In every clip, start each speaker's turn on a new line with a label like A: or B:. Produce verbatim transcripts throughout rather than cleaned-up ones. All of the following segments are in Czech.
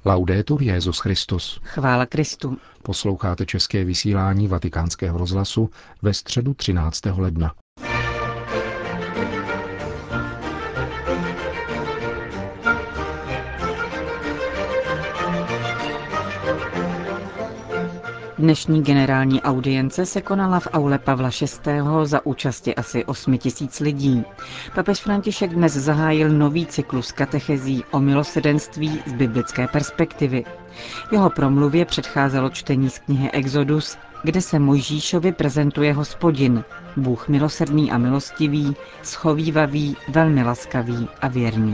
A: Laudetur Jesus Christus.
B: Chvála Kristu.
A: Posloucháte české vysílání Vatikánského rozhlasu ve středu třináctého ledna.
B: Dnešní generální audience se konala v aule Pavla šestého za účasti asi osmi tisíc lidí. Papež František dnes zahájil nový cyklus katechezí o milosrdenství z biblické perspektivy. Jeho promluvě předcházelo čtení z knihy Exodus, kde se Mojžíšovi prezentuje Hospodin, Bůh milosrdný a milostivý, schovívavý, velmi laskavý a věrný.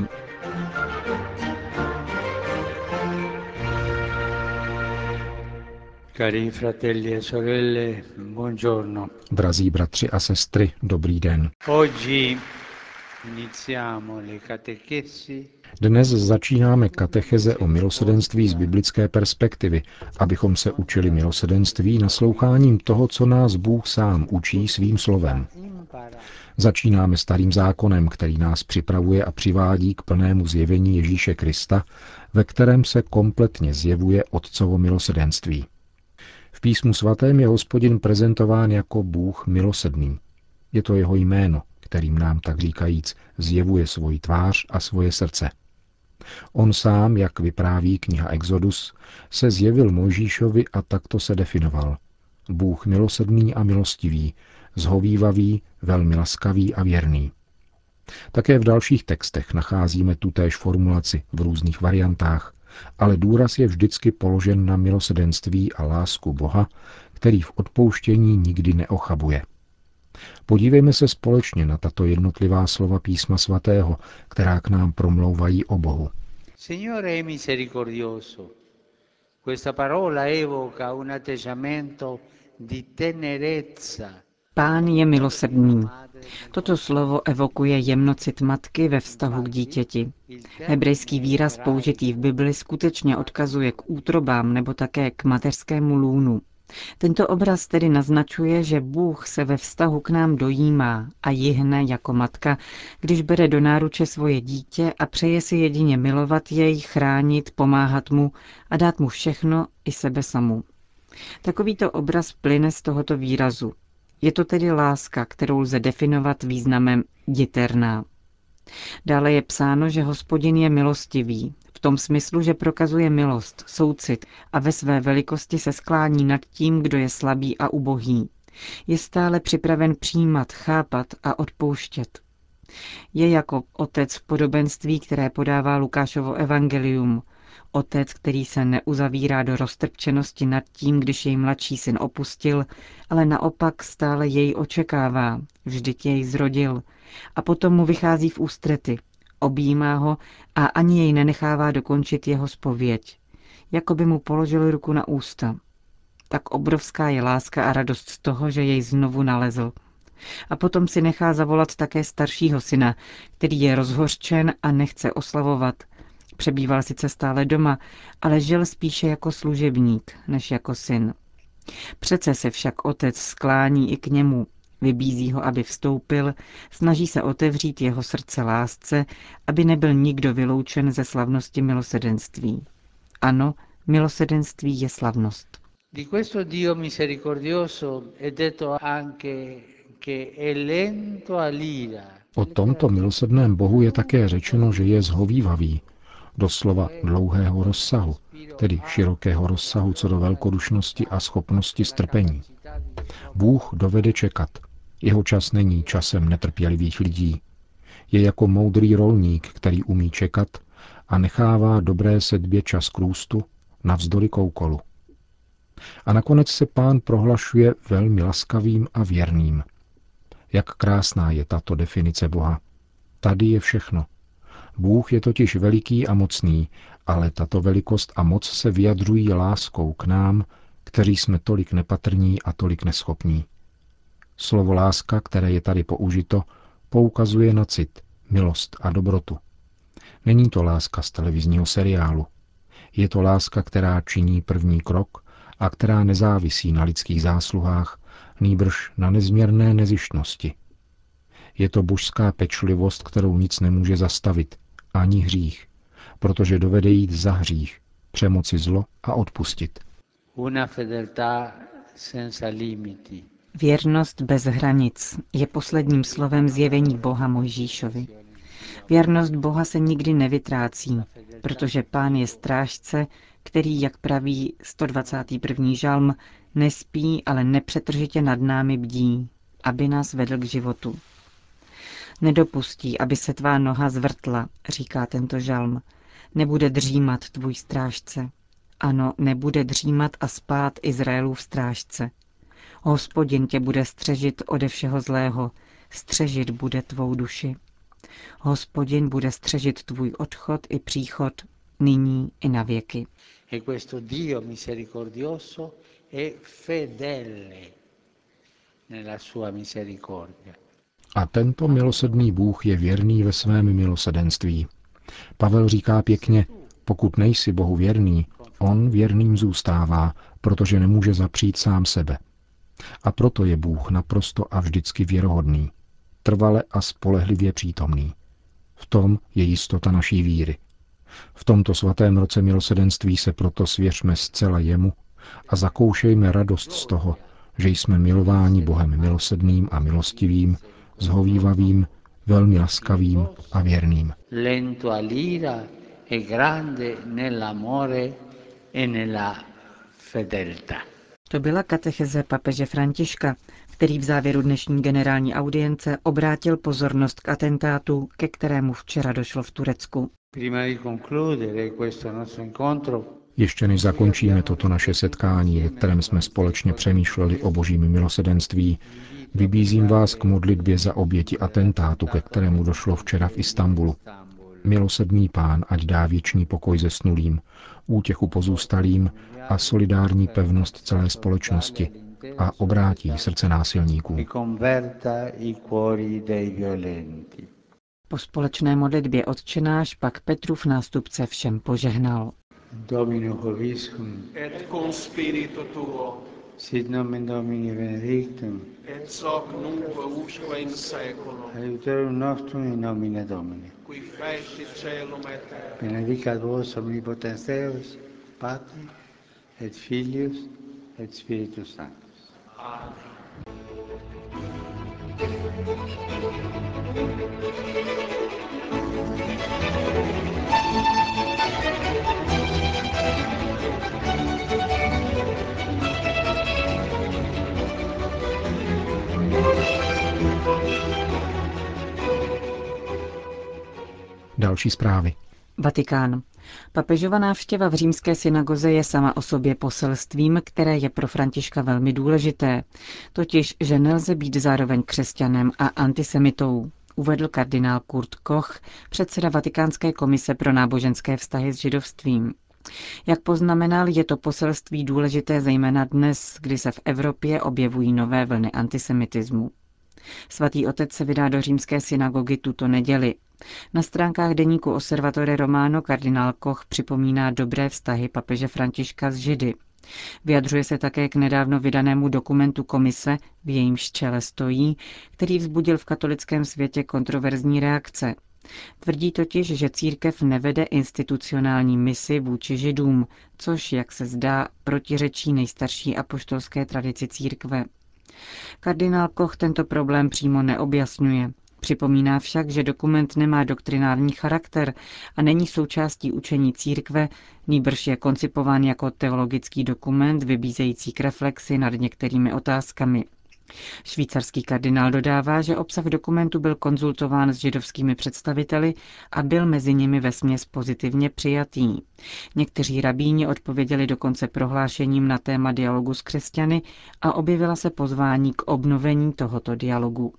C: Cari fratelli e sorelle, buongiorno.
A: Drazí bratři a sestry, dobrý den.
C: Oggi iniziamo le catechesi.
A: Dnes začínáme katecheze o milosrdenství z biblické perspektivy, abychom se učili milosrdenství nasloucháním toho, co nás Bůh sám učí svým slovem. Začínáme starým zákonem, který nás připravuje a přivádí k plnému zjevení Ježíše Krista, ve kterém se kompletně zjevuje Otcovo milosrdenství. V písmu svatém je Hospodin prezentován jako Bůh milosrdný. Je to jeho jméno, kterým nám tak říkajíc zjevuje svoji tvář a svoje srdce. On sám, jak vypráví kniha Exodus, se zjevil Mojžíšovi a takto se definoval. Bůh milosrdný a milostivý, zhovívavý, velmi laskavý a věrný. Také v dalších textech nacházíme tutéž formulaci v různých variantách, ale důraz je vždycky položen na milosrdenství a lásku Boha, který v odpouštění nikdy neochabuje. Podívejme se společně na tato jednotlivá slova písma svatého, která k nám promlouvají o Bohu.
C: Signore è misericordioso. Questa parola evoca un atteggiamento di tenerezza.
B: Pán je milosrdný. Toto slovo evokuje jemnocit matky ve vztahu k dítěti. Hebrejský výraz použitý v Bibli skutečně odkazuje k útrobám nebo také k mateřskému lůnu. Tento obraz tedy naznačuje, že Bůh se ve vztahu k nám dojímá a jihne jako matka, když bere do náruče svoje dítě a přeje si jedině milovat jej, chránit, pomáhat mu a dát mu všechno i sebe samu. Takovýto obraz plyne z tohoto výrazu. Je to tedy láska, kterou lze definovat významem děterná. Dále je psáno, že Hospodin je milostivý, v tom smyslu, že prokazuje milost, soucit a ve své velikosti se sklání nad tím, kdo je slabý a ubohý. Je stále připraven přijímat, chápat a odpouštět. Je jako otec v podobenství, které podává Lukášovo evangelium. Otec, který se neuzavírá do roztrpčenosti nad tím, když jej mladší syn opustil, ale naopak stále jej očekává, vždyť jej zrodil, a potom mu vychází v ústrety, objímá ho a ani jej nenechává dokončit jeho zpověď, jako by mu položil ruku na ústa. Tak obrovská je láska a radost z toho, že jej znovu nalezl. A potom si nechá zavolat také staršího syna, který je rozhořčen a nechce oslavovat. Přebýval sice stále doma, ale žil spíše jako služebník, než jako syn. Přece se však otec sklání i k němu, vybízí ho, aby vstoupil, snaží se otevřít jeho srdce lásce, aby nebyl nikdo vyloučen ze slavnosti milosrdenství. Ano, milosrdenství je slavnost.
C: Di questo Dio misericordioso è detto anche che è lento all'ira.
A: O tomto milosrdném Bohu je také řečeno, že je zhovívavý, doslova dlouhého rozsahu, tedy širokého rozsahu co do velkodušnosti a schopnosti strpení. Bůh dovede čekat. Jeho čas není časem netrpělivých lidí. Je jako moudrý rolník, který umí čekat a nechává dobré sedbě čas k růstu navzdory koukolu. A nakonec se Pán prohlašuje velmi laskavým a věrným. Jak krásná je tato definice Boha. Tady je všechno. Bůh je totiž veliký a mocný, ale tato velikost a moc se vyjadřují láskou k nám, kteří jsme tolik nepatrní a tolik neschopní. Slovo láska, které je tady použito, poukazuje na cit, milost a dobrotu. Není to láska z televizního seriálu. Je to láska, která činí první krok a která nezávisí na lidských zásluhách, nýbrž na nezměrné nezištnosti. Je to božská pečlivost, kterou nic nemůže zastavit, ani hřích, protože dovede jít za hřích, přemoci zlo a odpustit.
C: Una fedeltà senza limiti.
B: Věrnost bez hranic je posledním slovem zjevení Boha Mojžíšovi. Věrnost Boha se nikdy nevytrácí, protože Pán je strážce, který, jak praví sto dvacátý první žalm, nespí, ale nepřetržitě nad námi bdí, aby nás vedl k životu. Nedopustí, aby se tvá noha zvrtla, říká tento žalm. Nebude dřímat tvůj strážce. Ano, nebude dřímat a spát Izraelův strážce. Hospodin tě bude střežit ode všeho zlého, střežit bude tvou duši. Hospodin bude střežit tvůj odchod i příchod, nyní i na věky.
C: E questo Dio misericordioso è fedele nella sua misericordia.
A: A tento milosrdný Bůh je věrný ve svém milosrdenství. Pavel říká pěkně, pokud nejsi Bohu věrný, on věrným zůstává, protože nemůže zapřít sám sebe. A proto je Bůh naprosto a vždycky věrohodný, trvale a spolehlivě přítomný. V tom je jistota naší víry. V tomto svatém roce milosrdenství se proto svěřme zcela jemu a zakoušejme radost z toho, že jsme milováni Bohem milosrdným a milostivým, zhovívavým, velmi laskavým a věrným.
C: Lento all'ira e grande nell'amore e nella fedeltà.
B: To byla katecheze papeže Františka, který v závěru dnešní generální audience obrátil pozornost k atentátu, ke kterému včera došlo v Turecku.
A: Ještě než zakončíme toto naše setkání, ve kterém jsme společně přemýšleli o božím milosrdenství, vybízím vás k modlitbě za oběti atentátu, ke kterému došlo včera v Istanbulu. Milosrdný Pán ať dá věčný pokoj zesnulým, útěchu pozůstalým a solidární pevnost celé společnosti a obrátí srdce násilníků.
B: Po společné modlitbě Otčenáš pak Petrův nástupce všem požehnal.
C: Domino vobiscum
D: et cum spiritu tuo,
C: sit nomen Domini benedictum,
D: et hoc nunc usque in saeculum,
C: aiutorium nostrum in nomine Domini.
D: qui fecit caelum et terra.
C: Benedicat vos omnipotens Deus, Pater et Filius et Spiritus Sanctus.
D: Amen.
A: Další zprávy.
B: Vatikán. Papežova návštěva v římské synagoze je sama o sobě poselstvím, které je pro Františka velmi důležité, totiž, že nelze být zároveň křesťanem a antisemitou, uvedl kardinál Kurt Koch, předseda Vatikánské komise pro náboženské vztahy s židovstvím. Jak poznamenal, je to poselství důležité zejména dnes, kdy se v Evropě objevují nové vlny antisemitismu. Svatý otec se vydá do římské synagogy tuto neděli. Na stránkách deníku Osservatore Romano kardinál Koch připomíná dobré vztahy papeže Františka s Židy. Vyjadřuje se také k nedávno vydanému dokumentu komise, v jejímž čele stojí, který vzbudil v katolickém světě kontroverzní reakce. Tvrdí totiž, že církev nevede institucionální misi vůči Židům, což, jak se zdá, protiřečí nejstarší apoštolské tradici církve. Kardinál Koch tento problém přímo neobjasňuje. Připomíná však, že dokument nemá doktrinální charakter a není součástí učení církve, nýbrž je koncipován jako teologický dokument vybízející k reflexi nad některými otázkami. Švýcarský kardinál dodává, že obsah dokumentu byl konzultován s židovskými představiteli a byl mezi nimi vesměs pozitivně přijatý. Někteří rabíni odpověděli dokonce prohlášením na téma dialogu s křesťany a objevila se pozvání k obnovení tohoto dialogu.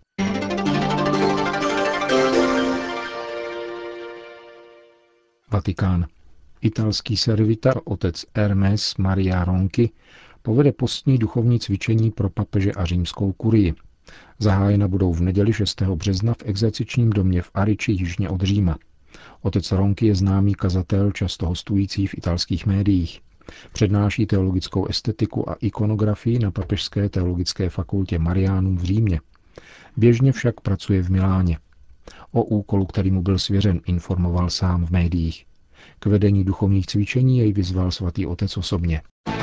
A: Vatikán. Italský servitor otec Hermes Maria Ronchi povede postní duchovní cvičení pro papeže a římskou kurii. Zahájena budou v neděli šestého března v exercičním domě v Ariči jižně od Říma. Otec Ronchi je známý kazatel, často hostující v italských médiích. Přednáší teologickou estetiku a ikonografii na Papežské teologické fakultě Mariánum v Římě. Běžně však pracuje v Miláně. O úkolu, který mu byl svěřen, informoval sám v médiích. K vedení duchovních cvičení jej vyzval svatý otec osobně.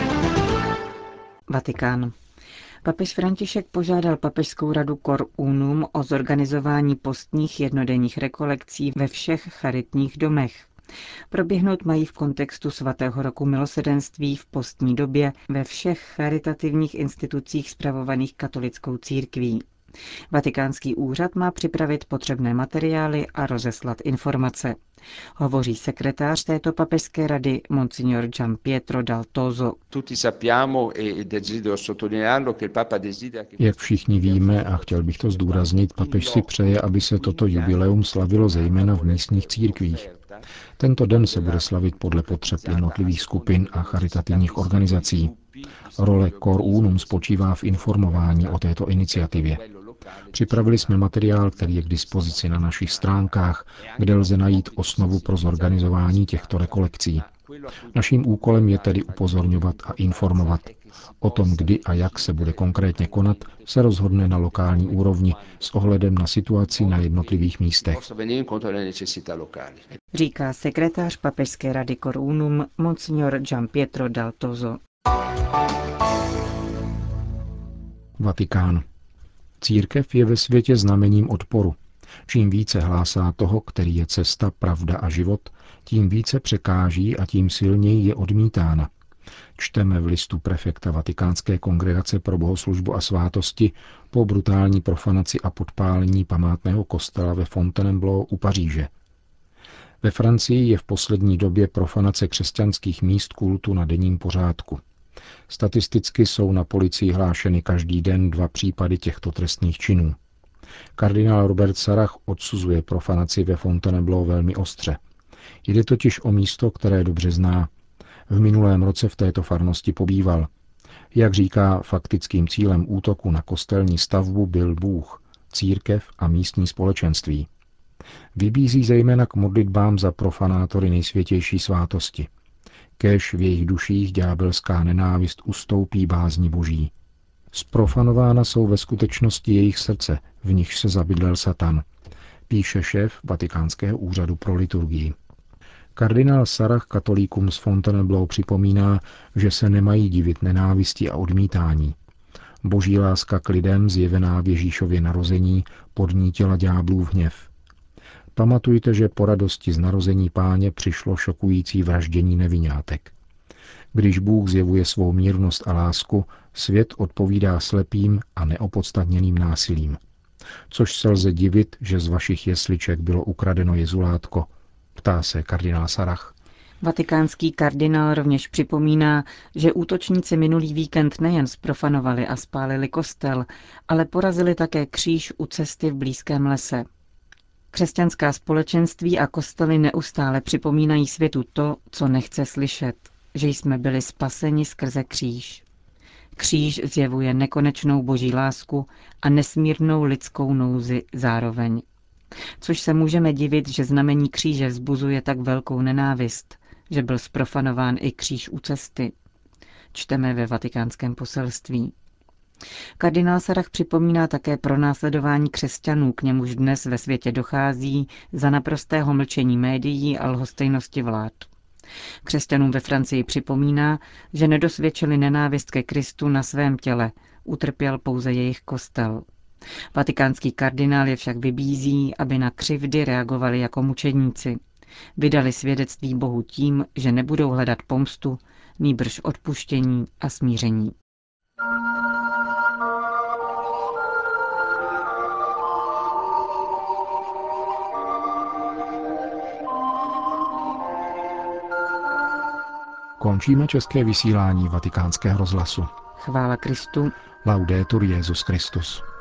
B: Vatikán. Papež František požádal papežskou radu Cor Unum o zorganizování postních jednodenních rekolekcí ve všech charitních domech. Proběhnout mají v kontextu svatého roku milosedenství v postní době ve všech charitativních institucích spravovaných katolickou církví. Vatikánský úřad má připravit potřebné materiály a rozeslat informace. Hovoří sekretář této papežské rady, monsignor Gian Pietro Dal Toso.
A: Jak všichni víme, a chtěl bych to zdůraznit, papež si přeje, aby se toto jubileum slavilo zejména v místních církvích. Tento den se bude slavit podle potřeb jednotlivých skupin a charitativních organizací. Role Cor Unum spočívá v informování o této iniciativě. Připravili jsme materiál, který je k dispozici na našich stránkách, kde lze najít osnovu pro zorganizování těchto rekolekcí. Naším úkolem je tedy upozorňovat a informovat. O tom, kdy a jak se bude konkrétně konat, se rozhodne na lokální úrovni s ohledem na situaci na jednotlivých místech.
B: Říká sekretář papežské rady Cor Unum, monsignor Gian Pietro Dal Toso.
A: Vatikán. Církev je ve světě znamením odporu. Čím více hlásá toho, který je cesta, pravda a život, tím více překáží a tím silněji je odmítána. Čteme v listu prefekta Vatikánské kongregace pro bohoslužbu a svátosti po brutální profanaci a podpálení památného kostela ve Fontainebleau u Paříže. Ve Francii je v poslední době profanace křesťanských míst kultu na denním pořádku. Statisticky jsou na policii hlášeny každý den dva případy těchto trestných činů. Kardinál Robert Sarach odsuzuje profanaci ve Fontainebleau velmi ostře. Jde totiž o místo, které dobře zná. V minulém roce v této farnosti pobýval. Jak říká, faktickým cílem útoku na kostelní stavbu byl Bůh, církev a místní společenství. Vybízí zejména k modlitbám za profanátory nejsvětější svátosti. Kéž v jejich duších ďábelská nenávist ustoupí bázni boží. Zprofanována jsou ve skutečnosti jejich srdce, v nichž se zabydlel Satan, píše šéf Vatikánského úřadu pro liturgii. Kardinál Sarach katolíkům z Fontainebleau připomíná, že se nemají divit nenávisti a odmítání. Boží láska k lidem, zjevená v Ježíšově narození, podnítila ďáblův hněv. Pamatujte, že po radosti z narození Páně přišlo šokující vraždění neviňátek. Když Bůh zjevuje svou mírnost a lásku, svět odpovídá slepým a neopodstatněným násilím. Což se lze divit, že z vašich jesliček bylo ukradeno jezulátko, ptá se kardinál Sarach.
B: Vatikánský kardinál rovněž připomíná, že útočníci minulý víkend nejen zprofanovali a spálili kostel, ale porazili také kříž u cesty v blízkém lese. Křesťanská společenství a kostely neustále připomínají světu to, co nechce slyšet, že jsme byli spaseni skrze kříž. Kříž zjevuje nekonečnou boží lásku a nesmírnou lidskou nouzi zároveň. Což se můžeme divit, že znamení kříže vzbuzuje tak velkou nenávist, že byl zprofanován i kříž u cesty. Čteme ve Vatikánském poselství. Kardinál Sarach připomíná také pronásledování křesťanů, k němuž dnes ve světě dochází za naprostého mlčení médií a lhostejnosti vlád. Křesťanům ve Francii připomíná, že nedosvědčili nenávist ke Kristu na svém těle, utrpěl pouze jejich kostel. Vatikánský kardinál je však vybízí, aby na křivdy reagovali jako mučedníci. Vydali svědectví Bohu tím, že nebudou hledat pomstu, nýbrž odpuštění a smíření.
A: Končíme české vysílání Vatikánského rozhlasu.
B: Chvála Kristu.
A: Laudetur Jesus Christus.